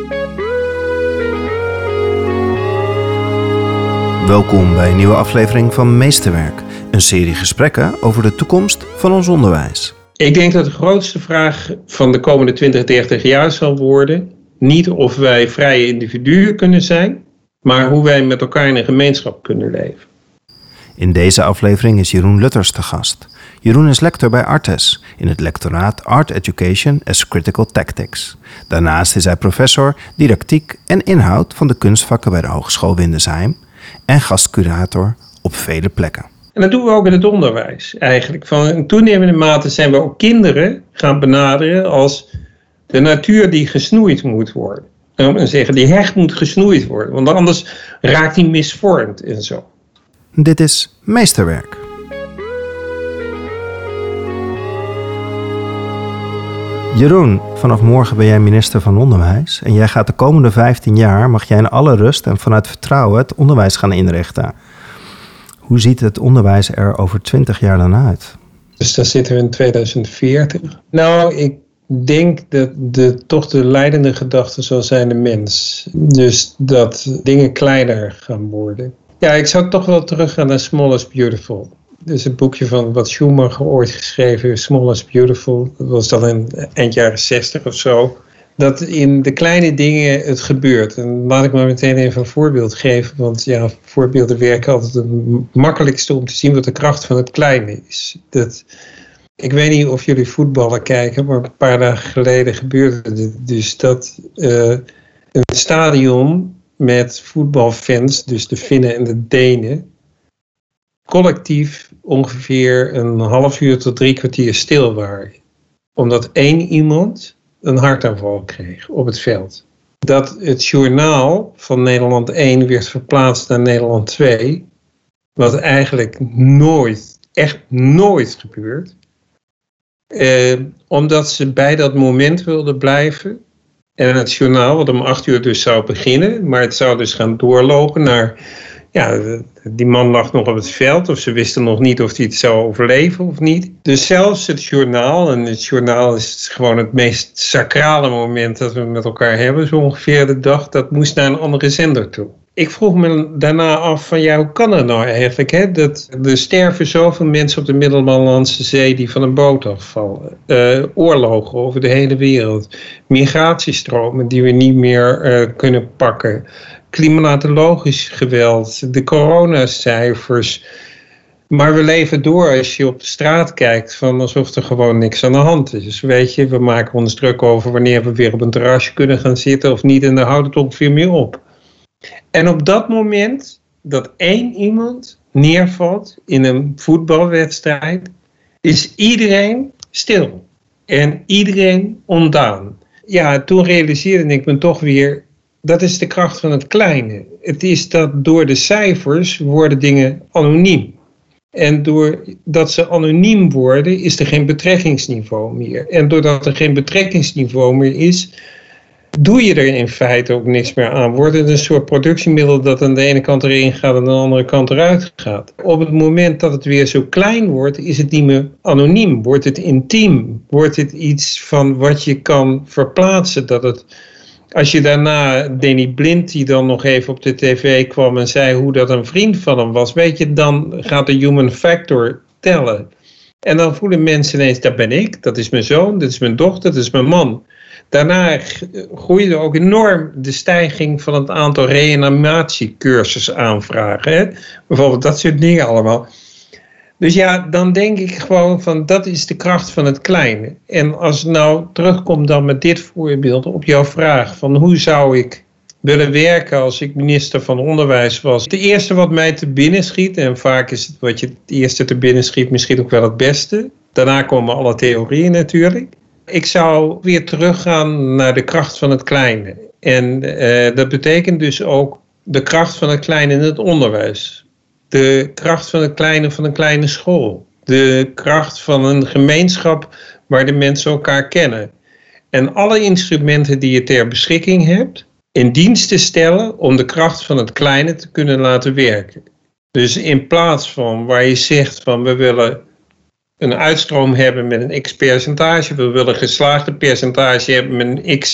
Welkom bij een nieuwe aflevering van Meesterwerk, een serie gesprekken over de toekomst van ons onderwijs. Ik denk dat de grootste vraag van de komende 20, 30 jaar zal worden, niet of wij vrije individuen kunnen zijn, maar hoe wij met elkaar in een gemeenschap kunnen leven. In deze aflevering is Jeroen Lutters te gast. Jeroen is lector bij ArtES in het lectoraat Art Education as Critical Tactics. Daarnaast is hij professor didactiek en inhoud van de kunstvakken bij de Hogeschool Windesheim en gastcurator op vele plekken. En dat doen we ook in het onderwijs eigenlijk. Van in toenemende mate zijn we ook kinderen gaan benaderen als de natuur die gesnoeid moet worden. En zeggen, die heg moet gesnoeid worden, want anders raakt die misvormd en zo. Dit is Meesterwerk. Jeroen, vanaf morgen ben jij minister van Onderwijs en jij gaat de komende 15 jaar, mag jij in alle rust en vanuit vertrouwen het onderwijs gaan inrichten. Hoe ziet het onderwijs er over 20 jaar dan uit? Dus dan zitten we in 2040. Nou, ik denk dat toch de leidende gedachte zal zijn de mens. Dus dat dingen kleiner gaan worden. Ja, ik zou toch wel teruggaan naar Small is Beautiful. Dus het boekje van wat Schumacher ooit geschreven heeft, Small is Beautiful. Dat was dan in eind jaren 60 of zo. Dat in de kleine dingen het gebeurt. En laat ik maar meteen even een voorbeeld geven. Want ja, voorbeelden werken altijd het makkelijkste om te zien wat de kracht van het kleine is. Ik weet niet of jullie voetballen kijken, maar een paar dagen geleden gebeurde het dus dat een stadion met voetbalfans, dus de Finnen en de Denen, collectief ongeveer een half uur tot 3 kwartier stil waren. Omdat één iemand een hartaanval kreeg op het veld. Dat het journaal van Nederland 1 werd verplaatst naar Nederland 2, wat eigenlijk echt nooit gebeurt. Omdat ze bij dat moment wilden blijven. En het journaal, wat om 8 uur dus zou beginnen, maar het zou dus gaan doorlopen naar, ja, die man lag nog op het veld, of ze wisten nog niet of hij het zou overleven of niet. Dus zelfs het journaal, en het journaal is gewoon het meest sacrale moment dat we met elkaar hebben, zo ongeveer de dag, dat moest naar een andere zender toe. Ik vroeg me daarna af van, ja, hoe kan dat nou eigenlijk? Hè? Dat er sterven zoveel mensen op de Middellandse Zee die van een boot afvallen. Oorlogen over de hele wereld. Migratiestromen die we niet meer kunnen pakken. Klimatologisch geweld. De coronacijfers. Maar we leven door als je op de straat kijkt van alsof er gewoon niks aan de hand is. Dus weet je, we maken ons druk over wanneer we weer op een terrasje kunnen gaan zitten of niet. En daar houdt het ongeveer mee op. En op dat moment dat één iemand neervalt in een voetbalwedstrijd, is iedereen stil. En iedereen ontdaan. Ja, toen realiseerde ik me toch weer, dat is de kracht van het kleine. Het is dat door de cijfers worden dingen anoniem. En doordat ze anoniem worden, is er geen betrekkingsniveau meer. En doordat er geen betrekkingsniveau meer is, doe je er in feite ook niks meer aan. Wordt het een soort productiemiddel dat aan de ene kant erin gaat en aan de andere kant eruit gaat. Op het moment dat het weer zo klein wordt, is het niet meer anoniem. Wordt het intiem. Wordt het iets van wat je kan verplaatsen. Dat het, als je daarna Danny Blind, die dan nog even op de tv kwam en zei hoe dat een vriend van hem was, weet je, dan gaat de human factor tellen. En dan voelen mensen ineens, dat ben ik, dat is mijn zoon, dat is mijn dochter, dat is mijn man. Daarna groeide ook enorm de stijging van het aantal reanimatiecursusaanvragen. Hè? Bijvoorbeeld dat soort dingen allemaal. Dus ja, dan denk ik gewoon van dat is de kracht van het kleine. En als het nou terugkomt dan met dit voorbeeld op jouw vraag van hoe zou ik willen werken als ik minister van Onderwijs was. Het eerste wat mij te binnen schiet, en vaak is het wat je het eerste te binnen schiet misschien ook wel het beste. Daarna komen alle theorieën natuurlijk. Ik zou weer teruggaan naar de kracht van het kleine. En dat betekent dus ook de kracht van het kleine in het onderwijs. De kracht van een kleine school. De kracht van een gemeenschap waar de mensen elkaar kennen. En alle instrumenten die je ter beschikking hebt, in dienst te stellen om de kracht van het kleine te kunnen laten werken. Dus in plaats van waar je zegt van we willen een uitstroom hebben met een x percentage, we willen een geslaagde percentage hebben met een x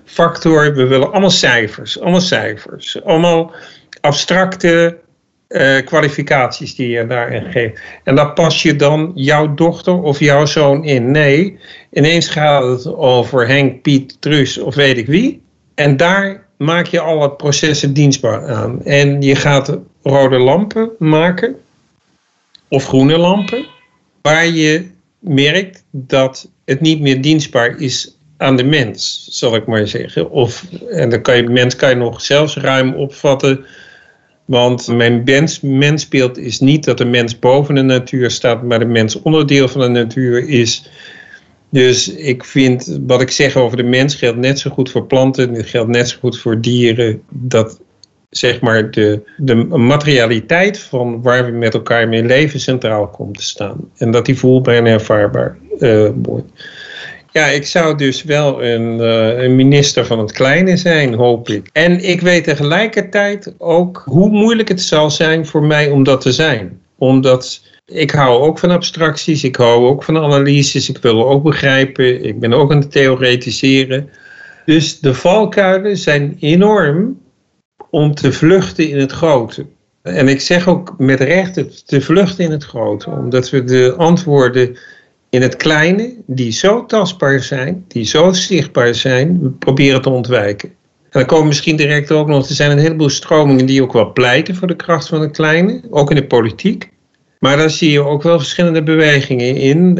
factor. We willen allemaal cijfers. Allemaal abstracte kwalificaties die je daarin geeft. En daar pas je dan jouw dochter of jouw zoon in. Nee, ineens gaat het over Henk, Piet, Truus of weet ik wie. En daar maak je alle processen dienstbaar aan. En je gaat rode lampen maken of groene lampen, waar je merkt dat het niet meer dienstbaar is aan de mens, zal ik maar zeggen. En dan mens kan je nog zelfs ruim opvatten, want mijn mensbeeld is niet dat de mens boven de natuur staat, maar de mens onderdeel van de natuur is. Dus ik vind, wat ik zeg over de mens geldt net zo goed voor planten, het geldt net zo goed voor dieren, dat zeg maar de materialiteit van waar we met elkaar mee leven centraal komt te staan. En dat die voelbaar en ervaarbaar wordt. Ja, ik zou dus wel een minister van het kleine zijn, hoop ik. En ik weet tegelijkertijd ook hoe moeilijk het zal zijn voor mij om dat te zijn. Omdat ik hou ook van abstracties, ik hou ook van analyses, ik wil ook begrijpen, ik ben ook aan het theoretiseren. Dus de valkuilen zijn enorm om te vluchten in het grote. En ik zeg ook met recht te vluchten in het grote, omdat we de antwoorden in het kleine, die zo tastbaar zijn, die zo zichtbaar zijn, we proberen te ontwijken. En dan komen misschien direct ook nog, er zijn een heleboel stromingen die ook wel pleiten voor de kracht van het kleine, ook in de politiek. Maar daar zie je ook wel verschillende bewegingen in.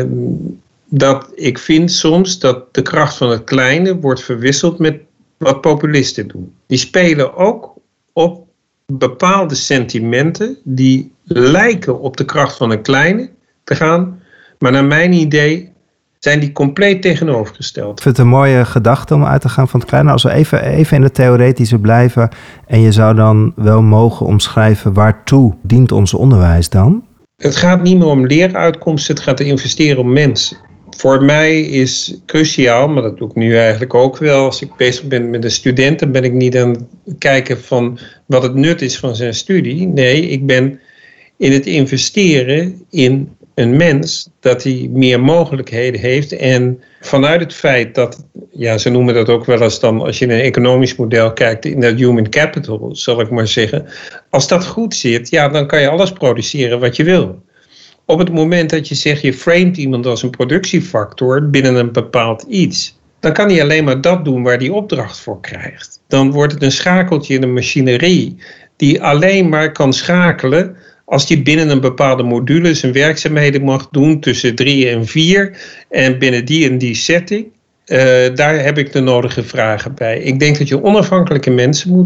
Dat ik vind soms dat de kracht van het kleine wordt verwisseld met wat populisten doen. Die spelen ook op bepaalde sentimenten die lijken op de kracht van een kleine te gaan. Maar naar mijn idee zijn die compleet tegenovergesteld. Ik vind het een mooie gedachte om uit te gaan van het kleine. Als we even in het theoretische blijven en je zou dan wel mogen omschrijven waartoe dient ons onderwijs dan? Het gaat niet meer om leeruitkomsten, het gaat te investeren om mensen. Voor mij is cruciaal, maar dat doe ik nu eigenlijk ook wel. Als ik bezig ben met een student, dan ben ik niet aan het kijken van wat het nut is van zijn studie. Nee, ik ben in het investeren in een mens, dat hij meer mogelijkheden heeft. En vanuit het feit dat, ja, ze noemen dat ook wel eens dan, als je in een economisch model kijkt, in dat human capital, zal ik maar zeggen. Als dat goed zit, ja, dan kan je alles produceren wat je wil. Op het moment dat je zegt, je framet iemand als een productiefactor binnen een bepaald iets, dan kan hij alleen maar dat doen waar hij opdracht voor krijgt. Dan wordt het een schakeltje in een machinerie die alleen maar kan schakelen als die binnen een bepaalde module zijn werkzaamheden mag doen tussen 3 en 4 en binnen die en die setting, daar heb ik de nodige vragen bij. Ik denk dat je onafhankelijke mensen moet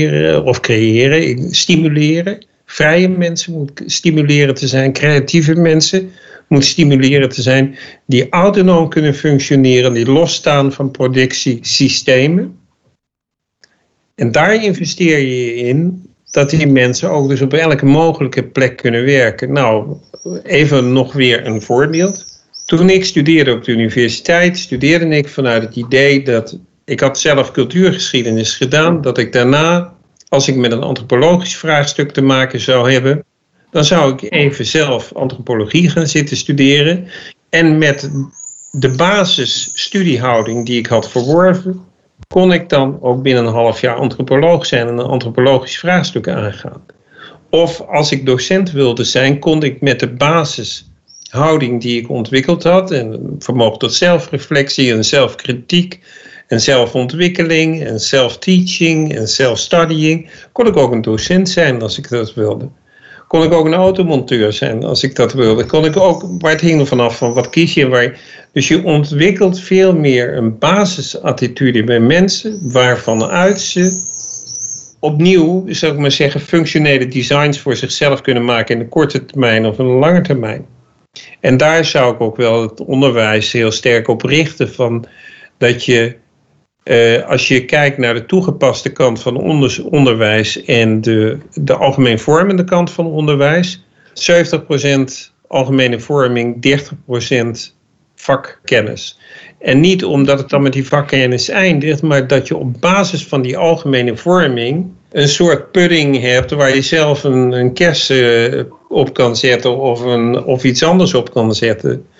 stimuleren. Vrije mensen moet stimuleren te zijn, creatieve mensen moet stimuleren te zijn, die autonoom kunnen functioneren, die losstaan van productiesystemen. En daar investeer je in dat die mensen ook dus op elke mogelijke plek kunnen werken. Nou, even nog weer een voorbeeld. Toen ik studeerde op de universiteit, studeerde ik vanuit het idee dat ik had zelf cultuurgeschiedenis gedaan, dat ik daarna, als ik met een antropologisch vraagstuk te maken zou hebben, dan zou ik even zelf antropologie gaan zitten studeren. En met de basisstudiehouding die ik had verworven, kon ik dan ook binnen een half jaar antropoloog zijn en een antropologisch vraagstuk aangaan. Of als ik docent wilde zijn, kon ik met de basishouding die ik ontwikkeld had, en vermogen tot zelfreflectie en zelfkritiek en zelfontwikkeling en self-teaching en self-studying, kon ik ook een docent zijn als ik dat wilde. Kon ik ook een automonteur zijn als ik dat wilde. Kon ik ook, maar het hing er vanaf van wat kies je. Dus je ontwikkelt veel meer een basisattitude bij mensen, waarvan uit ze opnieuw, zou ik maar zeggen, functionele designs voor zichzelf kunnen maken in de korte termijn of in de lange termijn. En daar zou ik ook wel het onderwijs heel sterk op richten, van dat je, als je kijkt naar de toegepaste kant van onderwijs en de algemeen vormende kant van onderwijs, 70% algemene vorming, 30% vakkennis. En niet omdat het dan met die vakkennis eindigt, maar dat je op basis van die algemene vorming een soort pudding hebt waar je zelf een kers op kan zetten of iets anders op kan zetten.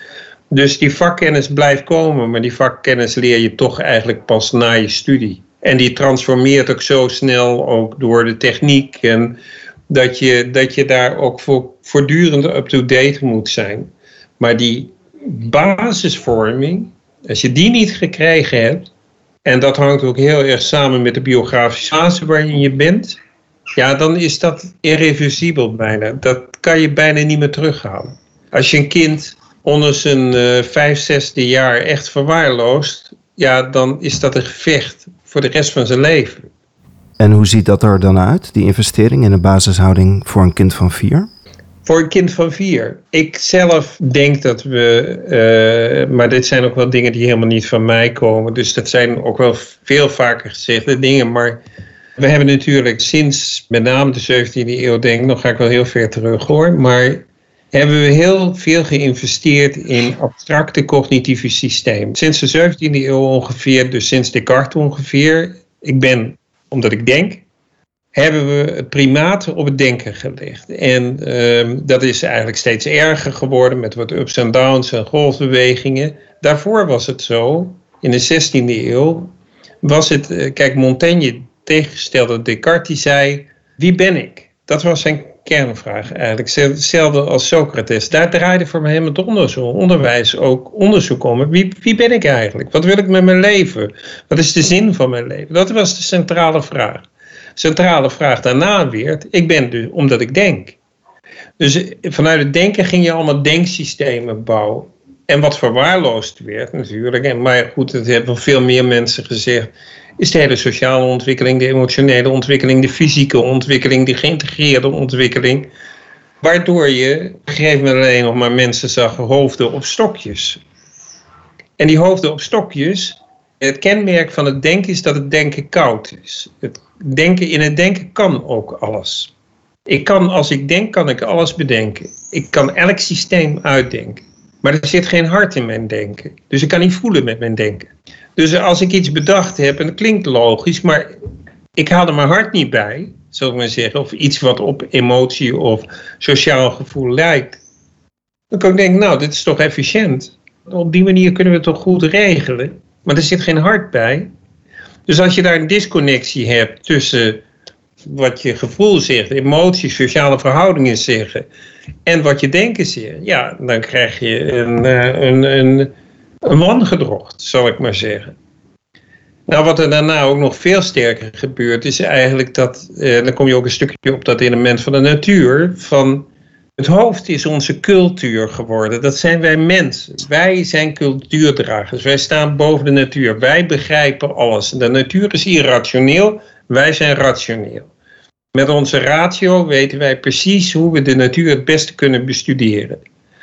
Dus die vakkennis blijft komen, maar die vakkennis leer je toch eigenlijk pas na je studie. En die transformeert ook zo snel ook door de techniek. En dat je daar ook voortdurend up-to-date moet zijn. Maar die basisvorming, als je die niet gekregen hebt, en dat hangt ook heel erg samen met de biografische fase waarin je bent, ja, dan is dat irreversibel bijna. Dat kan je bijna niet meer terughalen. Als je een kind onder zijn 5, 6e jaar echt verwaarloost, ja, dan is dat een gevecht voor de rest van zijn leven. En hoe ziet dat er dan uit, die investering in een basishouding voor een kind van 4? Voor een kind van 4. Ik zelf denk dat we, maar dit zijn ook wel dingen die helemaal niet van mij komen. Dus dat zijn ook wel veel vaker gezegde dingen. Maar we hebben natuurlijk sinds met name de 17e eeuw, denk ik, nog ga ik wel heel ver terug hoor. Maar hebben we heel veel geïnvesteerd in abstracte cognitieve systemen. Sinds de 17e eeuw ongeveer, dus sinds Descartes ongeveer, omdat ik denk, hebben we het primaat op het denken gelegd. En dat is eigenlijk steeds erger geworden met wat ups en downs en golfbewegingen. Daarvoor was het zo, in de 16e eeuw, was het, kijk, Montaigne tegengestelde Descartes, die zei, wie ben ik? Dat was zijn kernvraag eigenlijk. Hetzelfde als Socrates. Daar draaide voor mij helemaal het onderwijs ook onderzoek om. Wie ben ik eigenlijk? Wat wil ik met mijn leven? Wat is de zin van mijn leven? Dat was de centrale vraag. Centrale vraag daarna weer, ik ben dus omdat ik denk. Dus vanuit het denken ging je allemaal denksystemen bouwen. En wat verwaarloosd werd natuurlijk, maar goed, dat hebben veel meer mensen gezegd, is de hele sociale ontwikkeling, de emotionele ontwikkeling, de fysieke ontwikkeling, de geïntegreerde ontwikkeling. Waardoor je op een gegeven moment alleen nog maar mensen zag hoofden op stokjes. En die hoofden op stokjes, het kenmerk van het denken is dat het denken koud is. In het denken kan ook alles. Als ik denk, kan ik alles bedenken. Ik kan elk systeem uitdenken. Maar er zit geen hart in mijn denken. Dus ik kan niet voelen met mijn denken. Dus als ik iets bedacht heb, en dat klinkt logisch, maar ik haal er mijn hart niet bij, zal ik maar zeggen, of iets wat op emotie of sociaal gevoel lijkt. Dan kan ik denken, nou, dit is toch efficiënt. Op die manier kunnen we het toch goed regelen. Maar er zit geen hart bij. Dus als je daar een disconnectie hebt tussen wat je gevoel zegt, emoties, sociale verhoudingen zeggen, en wat je denken zegt, ja, dan krijg je een wangedrocht, zal ik maar zeggen. Nou, wat er daarna ook nog veel sterker gebeurt, is eigenlijk dat, dan kom je ook een stukje op dat element van de natuur, van het hoofd is onze cultuur geworden. Dat zijn wij mensen. Wij zijn cultuurdragers. Wij staan boven de natuur. Wij begrijpen alles. De natuur is irrationeel. Wij zijn rationeel. Met onze ratio weten wij precies hoe we de natuur het beste kunnen bestuderen.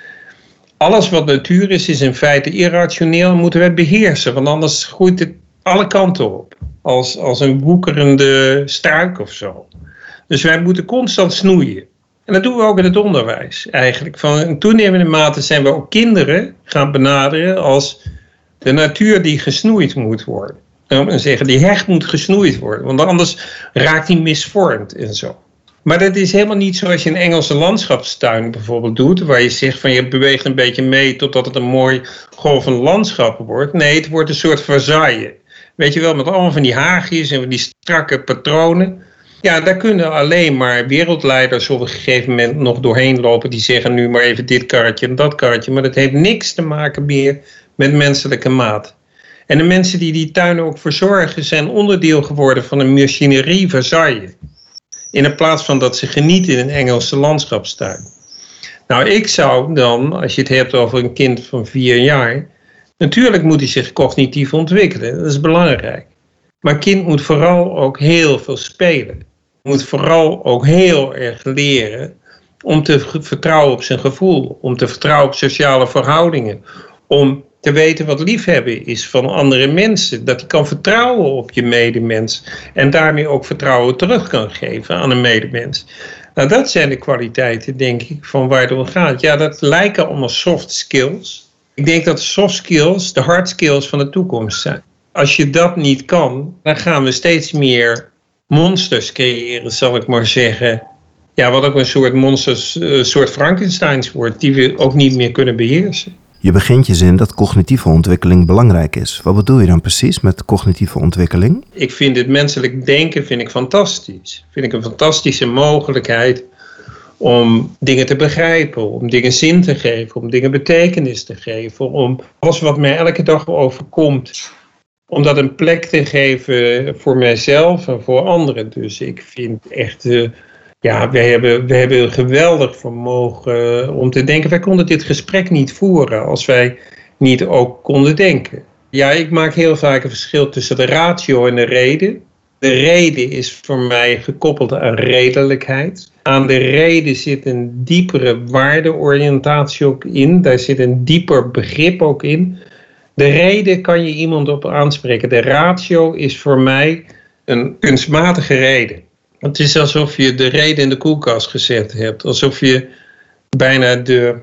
Alles wat natuur is in feite irrationeel en moeten wij beheersen. Want anders groeit het alle kanten op. Als een woekerende struik of zo. Dus wij moeten constant snoeien. En dat doen we ook in het onderwijs eigenlijk. In toenemende mate zijn we ook kinderen gaan benaderen als de natuur die gesnoeid moet worden. En zeggen, die heg moet gesnoeid worden, want anders raakt die misvormd en zo. Maar dat is helemaal niet zoals je een Engelse landschapstuin bijvoorbeeld doet, waar je zegt van je beweegt een beetje mee totdat het een mooi golvend landschap wordt. Nee, het wordt een soort Versailles. Weet je wel, met allemaal van die haagjes en van die strakke patronen. Ja, daar kunnen alleen maar wereldleiders op een gegeven moment nog doorheen lopen die zeggen nu maar even dit karretje en dat karretje. Maar dat heeft niks te maken meer met menselijke maat. En de mensen die die tuinen ook verzorgen zijn onderdeel geworden van een machinerie Versailles. In plaats van dat ze genieten in een Engelse landschapstuin. Nou, ik zou dan, als je het hebt over een kind van 4 jaar, natuurlijk moet hij zich cognitief ontwikkelen. Dat is belangrijk. Maar een kind moet vooral ook heel veel spelen. Moet vooral ook heel erg leren om te vertrouwen op zijn gevoel. Om te vertrouwen op sociale verhoudingen. Om te weten wat liefhebben is van andere mensen. Dat hij kan vertrouwen op je medemens. En daarmee ook vertrouwen terug kan geven aan een medemens. Nou, dat zijn de kwaliteiten, denk ik, van waar het om gaat. Ja, dat lijken allemaal soft skills. Ik denk dat de soft skills de hard skills van de toekomst zijn. Als je dat niet kan, dan gaan we steeds meer monsters creëren, zal ik maar zeggen. Ja, wat ook een soort monsters, een soort Frankensteins wordt, die we ook niet meer kunnen beheersen. Je begint je zin dat cognitieve ontwikkeling belangrijk is. Wat bedoel je dan precies met cognitieve ontwikkeling? Ik vind het menselijk denken fantastisch. Vind ik een fantastische mogelijkheid om dingen te begrijpen, om dingen zin te geven, om dingen betekenis te geven, om alles wat mij elke dag overkomt, om dat een plek te geven voor mijzelf en voor anderen. Dus ik vind echt, we hebben een geweldig vermogen om te denken. Wij konden dit gesprek niet voeren als wij niet ook konden denken. Ja, ik maak heel vaak een verschil tussen de ratio en de reden. De reden is voor mij gekoppeld aan redelijkheid. Aan de reden zit een diepere waardeoriëntatie ook in. Daar zit een dieper begrip ook in. De reden kan je iemand op aanspreken. De ratio is voor mij een kunstmatige reden. Het is alsof je de reden in de koelkast gezet hebt. Alsof je bijna de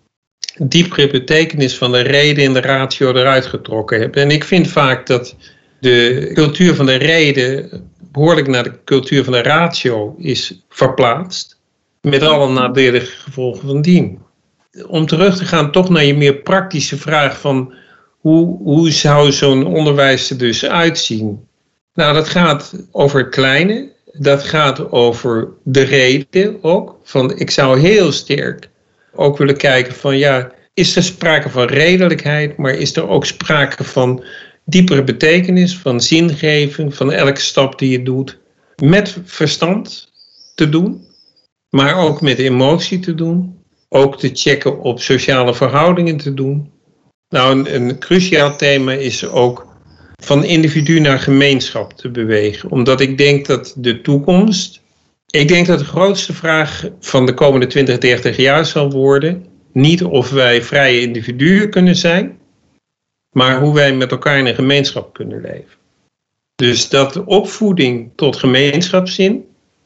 diepere betekenis van de reden in de ratio eruit getrokken hebt. En ik vind vaak dat de cultuur van de reden behoorlijk naar de cultuur van de ratio is verplaatst. Met alle nadelige gevolgen van dien. Om terug te gaan toch naar je meer praktische vraag van hoe zou zo'n onderwijs er dus uitzien? Nou, dat gaat over het kleine. Dat gaat over de reden ook. Van, ik zou heel sterk ook willen kijken van is er sprake van redelijkheid, maar is er ook sprake van diepere betekenis, van zingeving, van elke stap die je doet, met verstand te doen, maar ook met emotie te doen, ook te checken op sociale verhoudingen te doen. Nou, een cruciaal thema is ook van individu naar gemeenschap te bewegen, omdat ik denk dat de toekomst, ik denk dat de grootste vraag van de komende 20, 30 jaar zal worden, niet of wij vrije individuen kunnen zijn, maar hoe wij met elkaar in een gemeenschap kunnen leven. Dus dat de opvoeding tot gemeenschapszin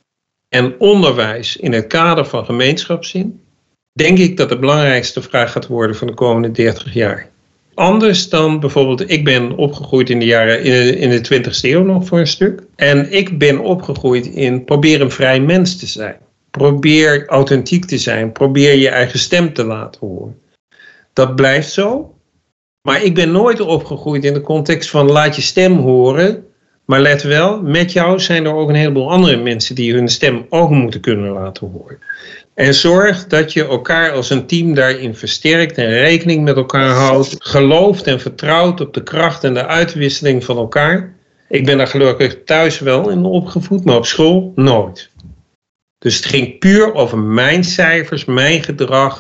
en onderwijs in het kader van gemeenschapszin, denk ik dat de belangrijkste vraag gaat worden van de komende 30 jaar. Anders dan bijvoorbeeld, ik ben opgegroeid in de jaren in de 20e eeuw nog voor een stuk. En ik ben opgegroeid in probeer een vrij mens te zijn. Probeer authentiek te zijn. Probeer je eigen stem te laten horen. Dat blijft zo. Maar ik ben nooit opgegroeid in de context van laat je stem horen. Maar let wel, met jou zijn er ook een heleboel andere mensen die hun stem ook moeten kunnen laten horen. En zorg dat je elkaar als een team daarin versterkt en rekening met elkaar houdt. Gelooft en vertrouwt op de kracht en de uitwisseling van elkaar. Ik ben daar gelukkig thuis wel in opgevoed, maar op school nooit. Dus het ging puur over mijn cijfers, mijn gedrag,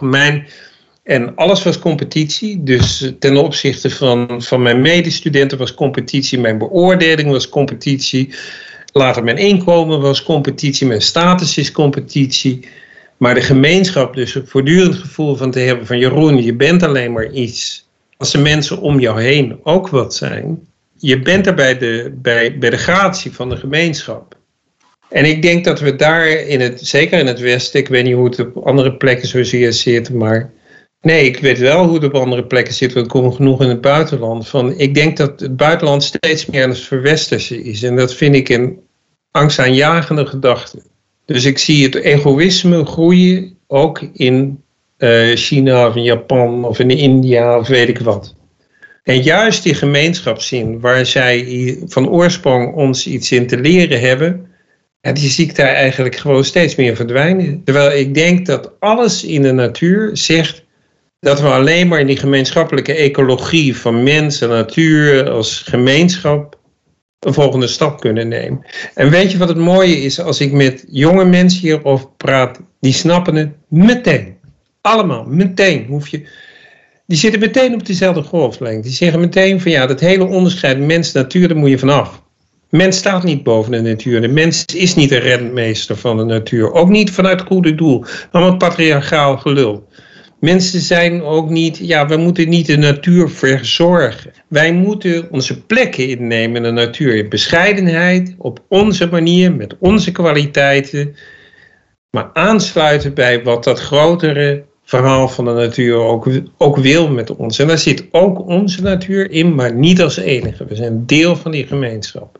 en alles was competitie. Dus ten opzichte van mijn medestudenten was competitie. Mijn beoordeling was competitie. Later mijn inkomen was competitie. Mijn status is competitie. Maar de gemeenschap, dus het voortdurend gevoel van te hebben van Jeroen, je bent alleen maar iets. Als de mensen om jou heen ook wat zijn. Je bent er bij de gratie van de gemeenschap. En ik denk dat we daar, zeker in het Westen, ik weet niet hoe het op andere plekken zozeer zit, maar nee, ik weet wel hoe het op andere plekken zit, want ik kom genoeg in het buitenland. Ik denk dat het buitenland steeds meer aan het verwestersen is. En dat vind ik een angstaanjagende gedachte. Dus ik zie het egoïsme groeien, ook in China of in Japan of in India of weet ik wat. En juist die gemeenschapszin, waar zij van oorsprong ons iets in te leren hebben, die zie ik daar eigenlijk gewoon steeds meer verdwijnen. Terwijl ik denk dat alles in de natuur zegt dat we alleen maar in die gemeenschappelijke ecologie van mens en natuur als gemeenschap een volgende stap kunnen nemen. En weet je wat het mooie is? Als ik met jonge mensen hierover praat, die snappen het meteen. Allemaal, meteen. Die zitten meteen op dezelfde golflengte. Die zeggen meteen van dat hele onderscheid mens-natuur, daar moet je vanaf. Mens staat niet boven de natuur. De mens is niet een rentmeester van de natuur. Ook niet vanuit het goede doel. Allemaal patriarchaal gelul. Mensen zijn ook niet, we moeten niet de natuur verzorgen. Wij moeten onze plekken innemen in de natuur. In bescheidenheid, op onze manier, met onze kwaliteiten. Maar aansluiten bij wat dat grotere verhaal van de natuur ook wil met ons. En daar zit ook onze natuur in, maar niet als enige. We zijn deel van die gemeenschap.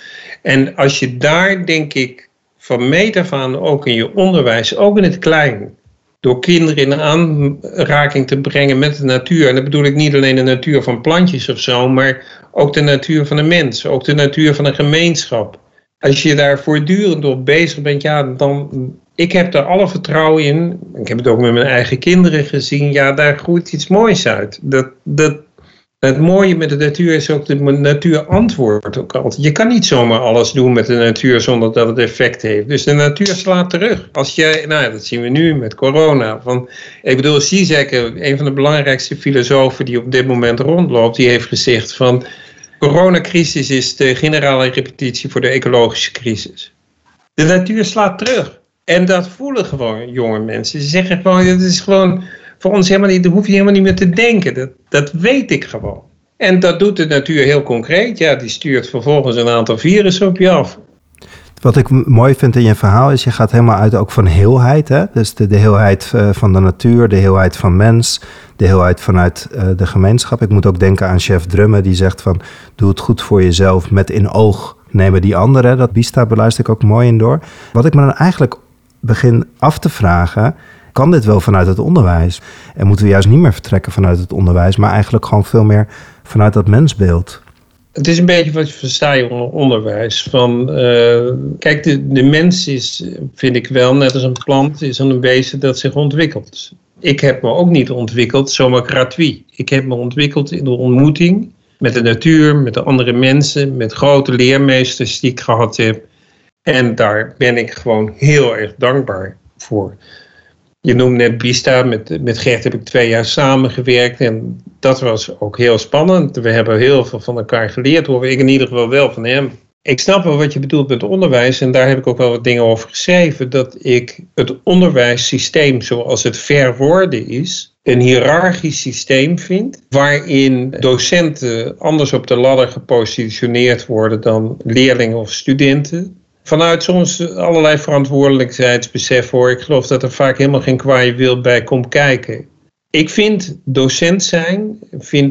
En als je daar, denk ik, van meet af aan, ook in je onderwijs, ook in het klein, door kinderen in aanraking te brengen met de natuur. En dat bedoel ik niet alleen de natuur van plantjes of zo, maar ook de natuur van de mens, ook de natuur van een gemeenschap. Als je daar voortdurend op bezig bent, ja, dan... Ik heb er alle vertrouwen in. Ik heb het ook met mijn eigen kinderen gezien. Ja, daar groeit iets moois uit. Het mooie met de natuur is ook, de natuur antwoordt ook altijd. Je kan niet zomaar alles doen met de natuur zonder dat het effect heeft. Dus de natuur slaat terug. Dat zien we nu met corona. Ik bedoel, Zizek, een van de belangrijkste filosofen die op dit moment rondloopt, die heeft gezegd van, coronacrisis is de generale repetitie voor de ecologische crisis. De natuur slaat terug. En dat voelen gewoon jonge mensen. Ze zeggen gewoon, het is gewoon voor ons helemaal niet, daar hoef je helemaal niet meer te denken. Dat weet ik gewoon. En dat doet de natuur heel concreet. Ja, die stuurt vervolgens een aantal virussen op je af. Wat ik mooi vind in je verhaal is, je gaat helemaal uit ook van heelheid. Hè? Dus de heelheid van de natuur, de heelheid van mens, de heelheid vanuit de gemeenschap. Ik moet ook denken aan chef Drumme, die zegt van, doe het goed voor jezelf met in oog nemen die anderen. Dat Bista beluister ik ook mooi in door. Wat ik me dan eigenlijk begin af te vragen, kan dit wel vanuit het onderwijs? En moeten we juist niet meer vertrekken vanuit het onderwijs, maar eigenlijk gewoon veel meer vanuit dat mensbeeld? Het is een beetje wat je verstaat onder onderwijs. Kijk, de mens is, vind ik wel, net als een plant, is een wezen dat zich ontwikkelt. Ik heb me ook niet ontwikkeld zomaar gratuit. Ik heb me ontwikkeld in de ontmoeting met de natuur, met de andere mensen, met grote leermeesters die ik gehad heb. En daar ben ik gewoon heel erg dankbaar voor. Je noemt net Bista, met Gert heb ik 2 jaar samengewerkt en dat was ook heel spannend. We hebben heel veel van elkaar geleerd, hoor ik in ieder geval wel van hem. Ik snap wel wat je bedoelt met onderwijs en daar heb ik ook wel wat dingen over geschreven. Dat ik het onderwijssysteem zoals het verworden is, een hiërarchisch systeem vind, waarin docenten anders op de ladder gepositioneerd worden dan leerlingen of studenten. Vanuit soms allerlei verantwoordelijkheidsbesef, hoor. Ik geloof dat er vaak helemaal geen kwaaie wil bij komt kijken. Ik vind docent zijn,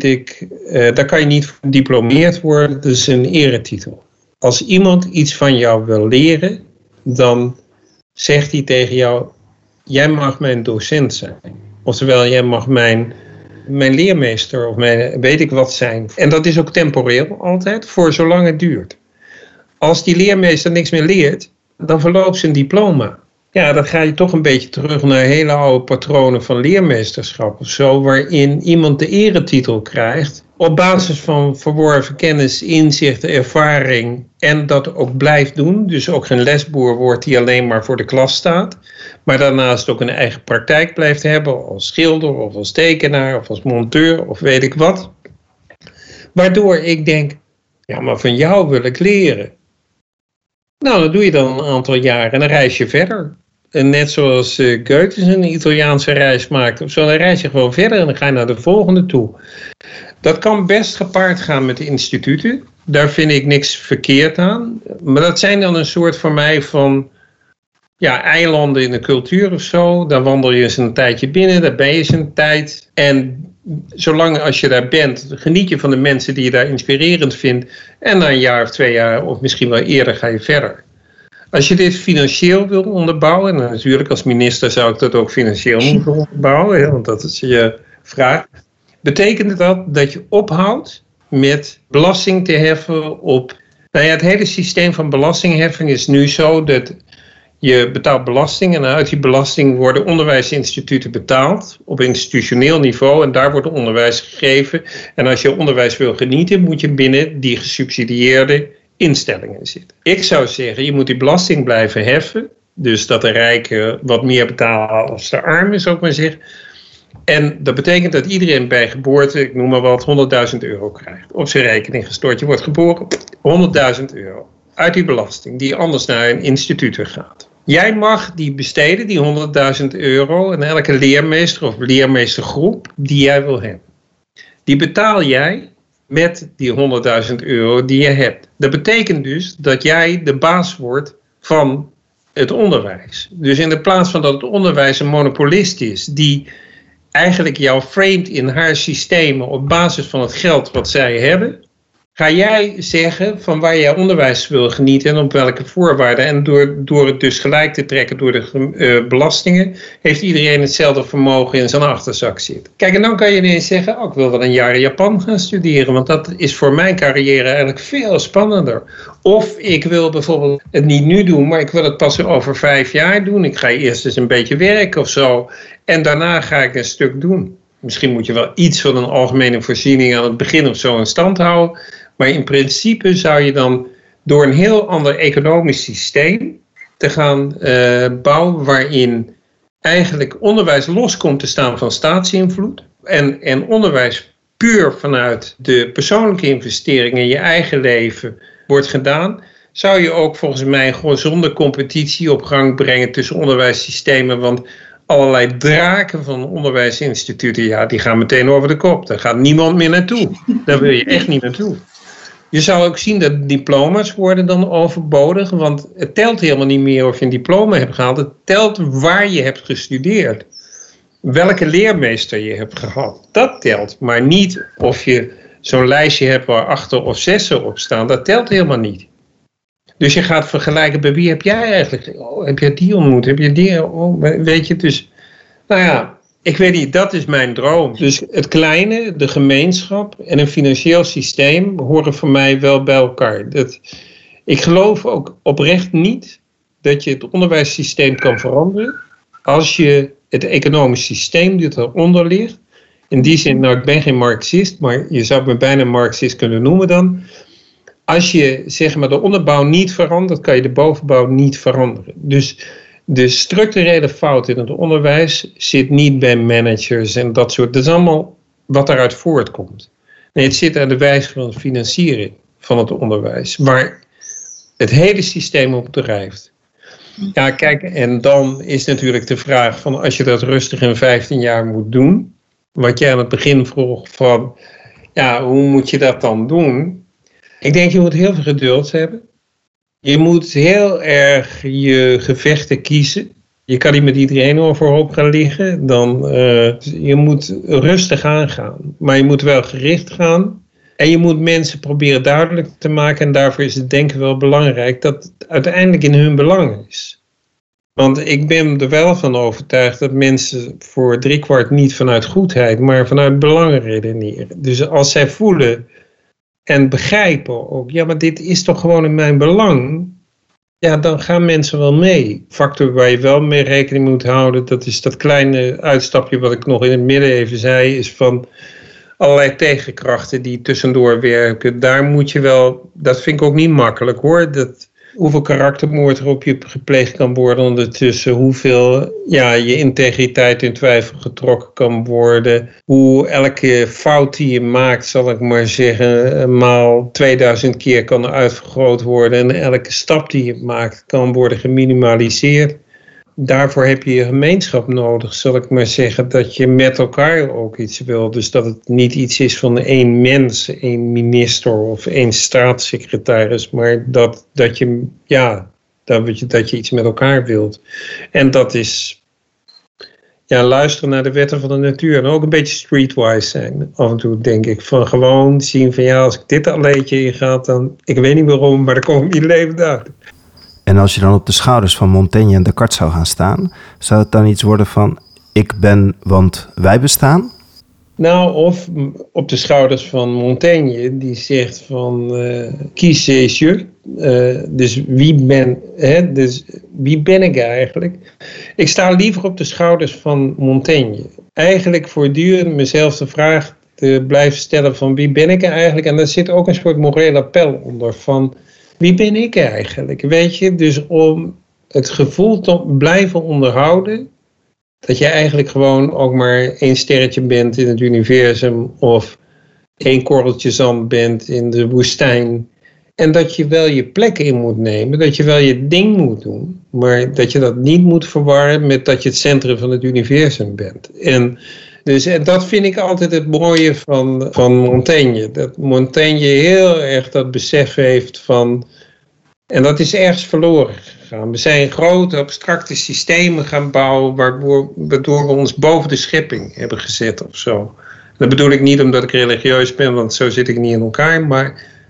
daar kan je niet voor gediplomeerd worden. Dat is een eretitel. Als iemand iets van jou wil leren, dan zegt hij tegen jou, jij mag mijn docent zijn. Oftewel, jij mag mijn leermeester of mijn weet ik wat zijn. En dat is ook temporeel altijd, voor zolang het duurt. Als die leermeester niks meer leert, dan verloopt zijn diploma. Ja, dan ga je toch een beetje terug naar hele oude patronen van leermeesterschap of zo, waarin iemand de eretitel krijgt op basis van verworven kennis, inzicht, ervaring en dat ook blijft doen. Dus ook geen lesboer wordt die alleen maar voor de klas staat, maar daarnaast ook een eigen praktijk blijft hebben als schilder of als tekenaar of als monteur of weet ik wat. Waardoor ik denk, ja, maar van jou wil ik leren. Nou, dat doe je dan een aantal jaren en dan reis je verder. En net zoals Goethe een Italiaanse reis maakt of zo, dan reis je gewoon verder en dan ga je naar de volgende toe. Dat kan best gepaard gaan met de instituten. Daar vind ik niks verkeerd aan. Maar dat zijn dan een soort voor mij van eilanden in de cultuur of zo. Daar wandel je eens een tijdje binnen, daar ben je eens een tijd. En zolang als je daar bent, geniet je van de mensen die je daar inspirerend vindt. En na een jaar of 2 jaar, of misschien wel eerder, ga je verder. Als je dit financieel wil onderbouwen, en natuurlijk als minister zou ik dat ook financieel moeten onderbouwen, want dat is je vraag. Betekent dat je ophoudt met belasting te heffen op... het hele systeem van belastingheffing is nu zo dat je betaalt belasting en uit die belasting worden onderwijsinstituten betaald op institutioneel niveau en daar wordt onderwijs gegeven. En als je onderwijs wil genieten, moet je binnen die gesubsidieerde instellingen zitten. Ik zou zeggen, je moet die belasting blijven heffen, dus dat de rijken wat meer betalen als de armen, zou ik maar zeggen. En dat betekent dat iedereen bij geboorte, ik noem maar wat, €100.000 krijgt. Op zijn rekening gestort. Je wordt geboren, €100.000 uit die belasting, die anders naar een instituut gaat. Jij mag die besteden, die €100.000, aan elke leermeester of leermeestergroep die jij wil hebben. Die betaal jij met die €100.000 die je hebt. Dat betekent dus dat jij de baas wordt van het onderwijs. Dus in de plaats van dat het onderwijs een monopolist is die eigenlijk jou framed in haar systemen op basis van het geld wat zij hebben, Ga jij zeggen van waar jij onderwijs wil genieten en op welke voorwaarden? En door het dus gelijk te trekken door de belastingen, heeft iedereen hetzelfde vermogen in zijn achterzak zitten. Kijk, en dan kan je ineens zeggen, ik wil wel een jaar in Japan gaan studeren, want dat is voor mijn carrière eigenlijk veel spannender. Of ik wil bijvoorbeeld het niet nu doen, maar ik wil het pas over 5 jaar doen. Ik ga eerst eens een beetje werken of zo en daarna ga ik een stuk doen. Misschien moet je wel iets van een algemene voorziening aan het begin of zo in stand houden. Maar in principe zou je dan door een heel ander economisch systeem te gaan bouwen, waarin eigenlijk onderwijs los komt te staan van staatsinvloed. En onderwijs puur vanuit de persoonlijke investeringen in je eigen leven wordt gedaan. Zou je ook volgens mij gewoon zonder competitie op gang brengen tussen onderwijssystemen. Want allerlei draken van onderwijsinstituten, die gaan meteen over de kop. Daar gaat niemand meer naartoe. Daar wil je echt niet naartoe. Je zou ook zien dat diploma's worden dan overbodig, want het telt helemaal niet meer of je een diploma hebt gehaald. Het telt waar je hebt gestudeerd. Welke leermeester je hebt gehad. Dat telt, maar niet of je zo'n lijstje hebt waar 8 of 6 op staan. Dat telt helemaal niet. Dus je gaat vergelijken, bij wie heb jij eigenlijk, heb jij die ontmoet, heb je die, weet je, dus, ik weet niet, dat is mijn droom. Dus het kleine, de gemeenschap en een financieel systeem horen voor mij wel bij elkaar. Ik geloof ook oprecht niet dat je het onderwijssysteem kan veranderen als je het economisch systeem dat eronder ligt, in die zin, ik ben geen Marxist, maar je zou me bijna Marxist kunnen noemen dan. Als je zeg maar de onderbouw niet verandert, kan je de bovenbouw niet veranderen. Dus de structurele fout in het onderwijs zit niet bij managers en dat soort. Dat is allemaal wat daaruit voortkomt. Nee, het zit aan de wijze van financiering van het onderwijs, waar het hele systeem op drijft. Ja, kijk, en dan is natuurlijk de vraag van als je dat rustig in 15 jaar moet doen, wat jij aan het begin vroeg van, hoe moet je dat dan doen? Ik denk je moet heel veel geduld hebben. Je moet heel erg je gevechten kiezen. Je kan niet met iedereen overhoop gaan liggen. Je moet rustig aangaan. Maar je moet wel gericht gaan. En je moet mensen proberen duidelijk te maken. En daarvoor is het denken wel belangrijk dat het uiteindelijk in hun belang is. Want ik ben er wel van overtuigd dat mensen voor 3/4 niet vanuit goedheid, maar vanuit belangen redeneren. Dus als zij voelen en begrijpen ook, maar dit is toch gewoon in mijn belang. Ja, dan gaan mensen wel mee. Factor waar je wel mee rekening moet houden, dat is dat kleine uitstapje wat ik nog in het midden even zei, is van allerlei tegenkrachten die tussendoor werken. Daar moet je wel, dat vind ik ook niet makkelijk hoor, hoeveel karaktermoord er op je gepleegd kan worden ondertussen. Hoeveel je integriteit in twijfel getrokken kan worden. Hoe elke fout die je maakt, zal ik maar zeggen, maal 2000 keer kan uitvergroot worden. En elke stap die je maakt kan worden geminimaliseerd. Daarvoor heb je gemeenschap nodig, zal ik maar zeggen, dat je met elkaar ook iets wil. Dus dat het niet iets is van 1 mens, 1 minister of 1 staatssecretaris, maar dat je iets met elkaar wilt. En dat is luisteren naar de wetten van de natuur en ook een beetje streetwise zijn. Af en toe denk ik van gewoon zien van als ik dit alleetje ingaat, dan, ik weet niet waarom, maar dan kom ik niet levend uit. En als je dan op de schouders van Montaigne en Descartes zou gaan staan, zou het dan iets worden van ik ben, want wij bestaan? Nou, of op de schouders van Montaigne, die zegt van qui suis je? Dus wie ben ik eigenlijk? Ik sta liever op de schouders van Montaigne. Eigenlijk voortdurend mezelf de vraag te blijven stellen van wie ben ik eigenlijk? En daar zit ook een soort morele appel onder van wie ben ik eigenlijk? Weet je, dus om het gevoel te blijven onderhouden dat je eigenlijk gewoon ook maar 1 sterretje bent in het universum of 1 korreltje zand bent in de woestijn. En dat je wel je plek in moet nemen, dat je wel je ding moet doen, maar dat je dat niet moet verwarren met dat je het centrum van het universum bent. En dat vind ik altijd het mooie van Montaigne. Dat Montaigne heel erg dat besef heeft van, en dat is ergens verloren gegaan. We zijn grote abstracte systemen gaan bouwen waardoor we ons boven de schepping hebben gezet of zo. Dat bedoel ik niet omdat ik religieus ben, want zo zit ik niet in elkaar, maar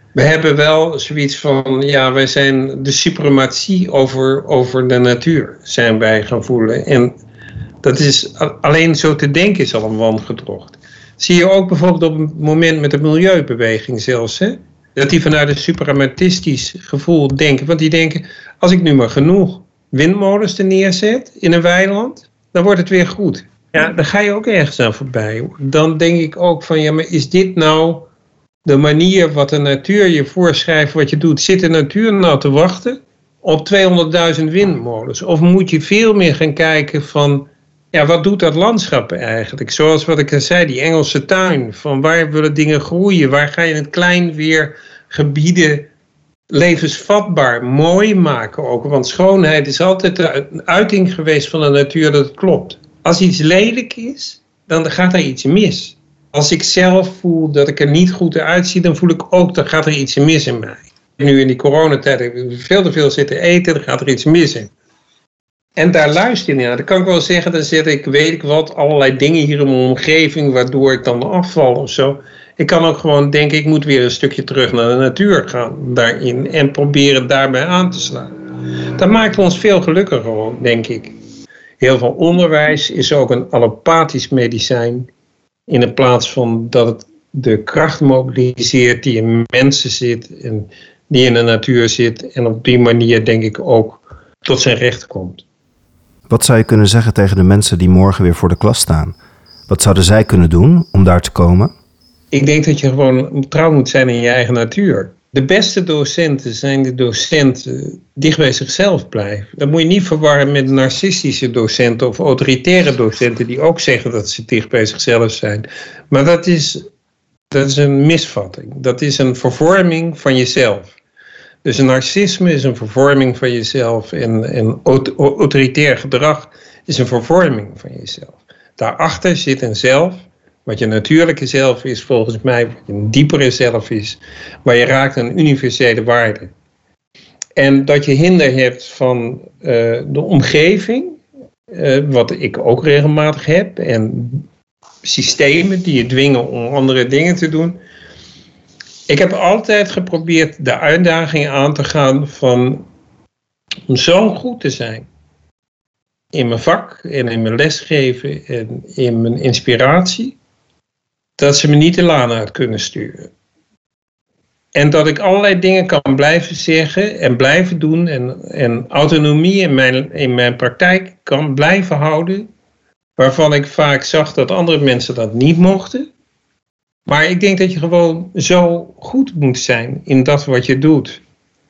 We hebben wel zoiets van, ja, wij zijn de suprematie over de natuur zijn wij gaan voelen. En dat is, alleen zo te denken is al een wangedrocht. Zie je ook bijvoorbeeld op het moment met de milieubeweging zelfs, hè? Dat die vanuit een suprematistisch gevoel denken. Want die denken, als ik nu maar genoeg windmolens er neerzet in een weiland, dan wordt het weer goed. Ja, dan ga je ook ergens aan voorbij. Dan denk ik ook van, ja, maar is dit nou de manier wat de natuur je voorschrijft wat je doet? Zit de natuur nou te wachten op 200.000 windmolens? Of moet je veel meer gaan kijken van, ja, wat doet dat landschap eigenlijk? Zoals wat ik al zei, die Engelse tuin. Van waar willen dingen groeien? Waar ga je in het klein weer gebieden levensvatbaar, mooi maken ook? Want schoonheid is altijd een uiting geweest van de natuur dat het klopt. Als iets lelijk is, dan gaat er iets mis. Als ik zelf voel dat ik er niet goed uitzie, dan voel ik ook, dan gaat er iets mis in mij. Nu in die coronatijd heb ik veel te veel zitten eten, dan gaat er iets mis in. En daar luister je naar. Dan kan ik wel zeggen, dan zet ik, weet ik wat, allerlei dingen hier in mijn omgeving, waardoor ik dan afval of zo. Ik kan ook gewoon denken, ik moet weer een stukje terug naar de natuur gaan daarin en proberen daarbij aan te slaan. Dat maakt ons veel gelukkiger gewoon, denk ik. Heel veel onderwijs is ook een allopathisch medicijn, in plaats van dat het de kracht mobiliseert die in mensen zit en die in de natuur zit en op die manier denk ik ook tot zijn recht komt. Wat zou je kunnen zeggen tegen de mensen die morgen weer voor de klas staan? Wat zouden zij kunnen doen om daar te komen? Ik denk dat je gewoon trouw moet zijn in je eigen natuur. De beste docenten zijn de docenten dicht bij zichzelf blijven. Dat moet je niet verwarren met narcistische docenten of autoritaire docenten die ook zeggen dat ze dicht bij zichzelf zijn. Maar dat is een misvatting. Dat is een vervorming van jezelf. Dus een narcisme is een vervorming van jezelf en autoritair gedrag is een vervorming van jezelf. Daarachter zit een zelf, wat je natuurlijke zelf is volgens mij, wat een diepere zelf is, waar je raakt aan universele waarden. En dat je hinder hebt van de omgeving, wat ik ook regelmatig heb, en systemen die je dwingen om andere dingen te doen. Ik heb altijd geprobeerd de uitdaging aan te gaan van om zo goed te zijn in mijn vak en in mijn lesgeven en in mijn inspiratie, dat ze me niet de laan uit kunnen sturen. En dat ik allerlei dingen kan blijven zeggen en blijven doen en autonomie in mijn praktijk kan blijven houden, waarvan ik vaak zag dat andere mensen dat niet mochten. Maar ik denk dat je gewoon zo goed moet zijn in dat wat je doet,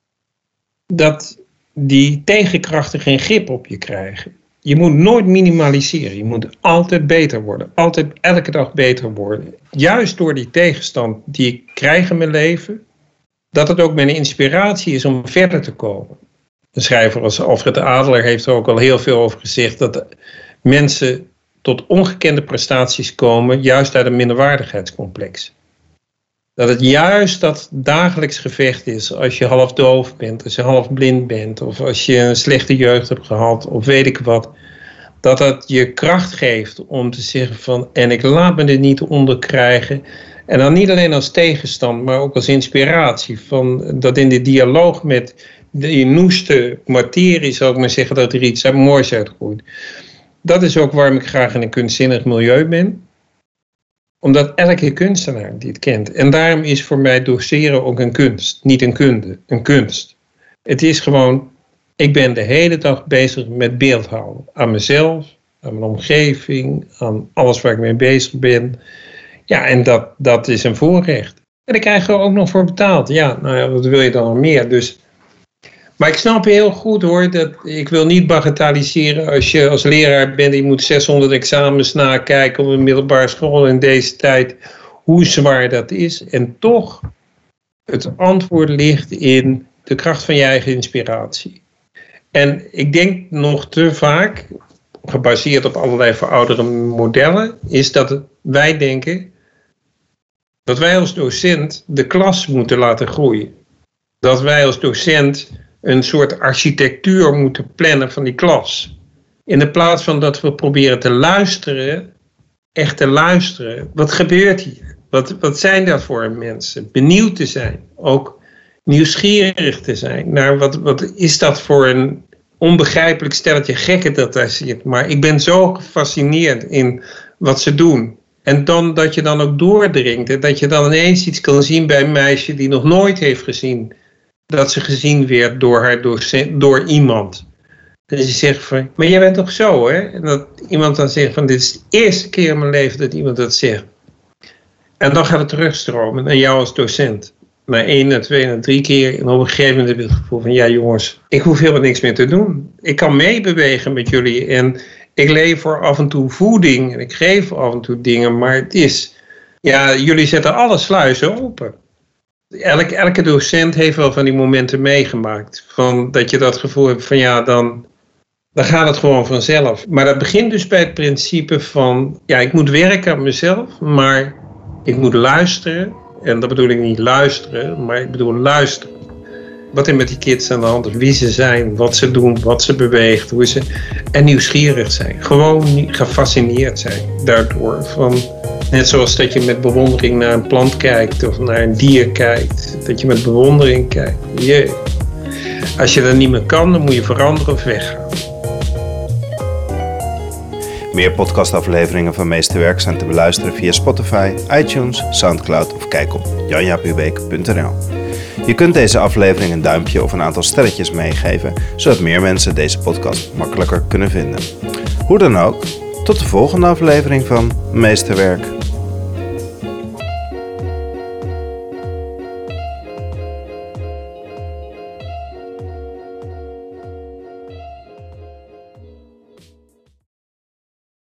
dat die tegenkrachten geen grip op je krijgen. Je moet nooit minimaliseren, je moet altijd beter worden, altijd elke dag beter worden. Juist door die tegenstand die ik krijg in mijn leven, dat het ook mijn inspiratie is om verder te komen. Een schrijver als Alfred Adler heeft er ook al heel veel over gezegd, dat mensen tot ongekende prestaties komen, juist uit een minderwaardigheidscomplex. Dat het juist dat dagelijks gevecht is als je half doof bent, als je half blind bent, of als je een slechte jeugd hebt gehad, of weet ik wat. Dat dat je kracht geeft om te zeggen van, en ik laat me er niet onder krijgen. En dan niet alleen als tegenstand, maar ook als inspiratie. Van dat in de dialoog met de noeste materie, zou ik maar zeggen, dat er iets moois uitgroeit. Dat is ook waarom ik graag in een kunstzinnig milieu ben. Omdat elke kunstenaar dit kent. En daarom is voor mij doceren ook een kunst. Niet een kunde, een kunst. Het is gewoon, ik ben de hele dag bezig met beeldhouden. Aan mezelf, aan mijn omgeving, aan alles waar ik mee bezig ben. Ja, en dat is een voorrecht. En ik krijg er ook nog voor betaald. Ja, nou ja, wat wil je dan nog meer? Dus, maar ik snap heel goed hoor, dat ik wil niet bagatelliseren als je als leraar bent, je moet 600 examens nakijken op een middelbare school in deze tijd, hoe zwaar dat is. En toch, het antwoord ligt in de kracht van je eigen inspiratie. En ik denk nog te vaak, gebaseerd op allerlei verouderde modellen, is dat wij denken dat wij als docent de klas moeten laten groeien. Dat wij als docent een soort architectuur moeten plannen van die klas. In de plaats van dat we proberen te luisteren, echt te luisteren. Wat gebeurt hier? Wat zijn dat voor mensen? Benieuwd te zijn. Ook nieuwsgierig te zijn. Naar wat is dat voor een onbegrijpelijk stelletje gekken dat daar zit. Maar ik ben zo gefascineerd in wat ze doen. En dan dat je dan ook doordringt. En dat je dan ineens iets kan zien bij een meisje die nog nooit heeft gezien. Dat ze gezien werd door haar docent, door iemand. En je zegt van, maar jij bent toch zo, hè? En dat iemand dan zegt van, dit is de eerste keer in mijn leven dat iemand dat zegt. En dan gaat het terugstromen naar jou als docent. Na 1, na 2, na 3 keer. En op een gegeven moment heb je het gevoel van, ja jongens, ik hoef helemaal niks meer te doen. Ik kan meebewegen met jullie. En ik lever af en toe voeding. En ik geef af en toe dingen. Maar het is, ja, jullie zetten alle sluizen open. Elke docent heeft wel van die momenten meegemaakt. Van dat je dat gevoel hebt van, ja, dan gaat het gewoon vanzelf. Maar dat begint dus bij het principe van, ja, ik moet werken aan mezelf. Maar ik moet luisteren. En dat bedoel ik niet luisteren, maar ik bedoel luisteren. Wat er met die kids aan de hand is, wie ze zijn, wat ze doen, wat ze beweegt, hoe ze... En nieuwsgierig zijn, gewoon gefascineerd zijn daardoor. Net zoals dat je met bewondering naar een plant kijkt of naar een dier kijkt. Dat je met bewondering kijkt. Jee. Als je dat niet meer kan, dan moet je veranderen of weggaan. Meer podcastafleveringen van Meesterwerk zijn te beluisteren via Spotify, iTunes, Soundcloud of kijk op janjapubeek.nl. Je kunt deze aflevering een duimpje of een aantal sterretjes meegeven, zodat meer mensen deze podcast makkelijker kunnen vinden. Hoe dan ook, tot de volgende aflevering van Meesterwerk.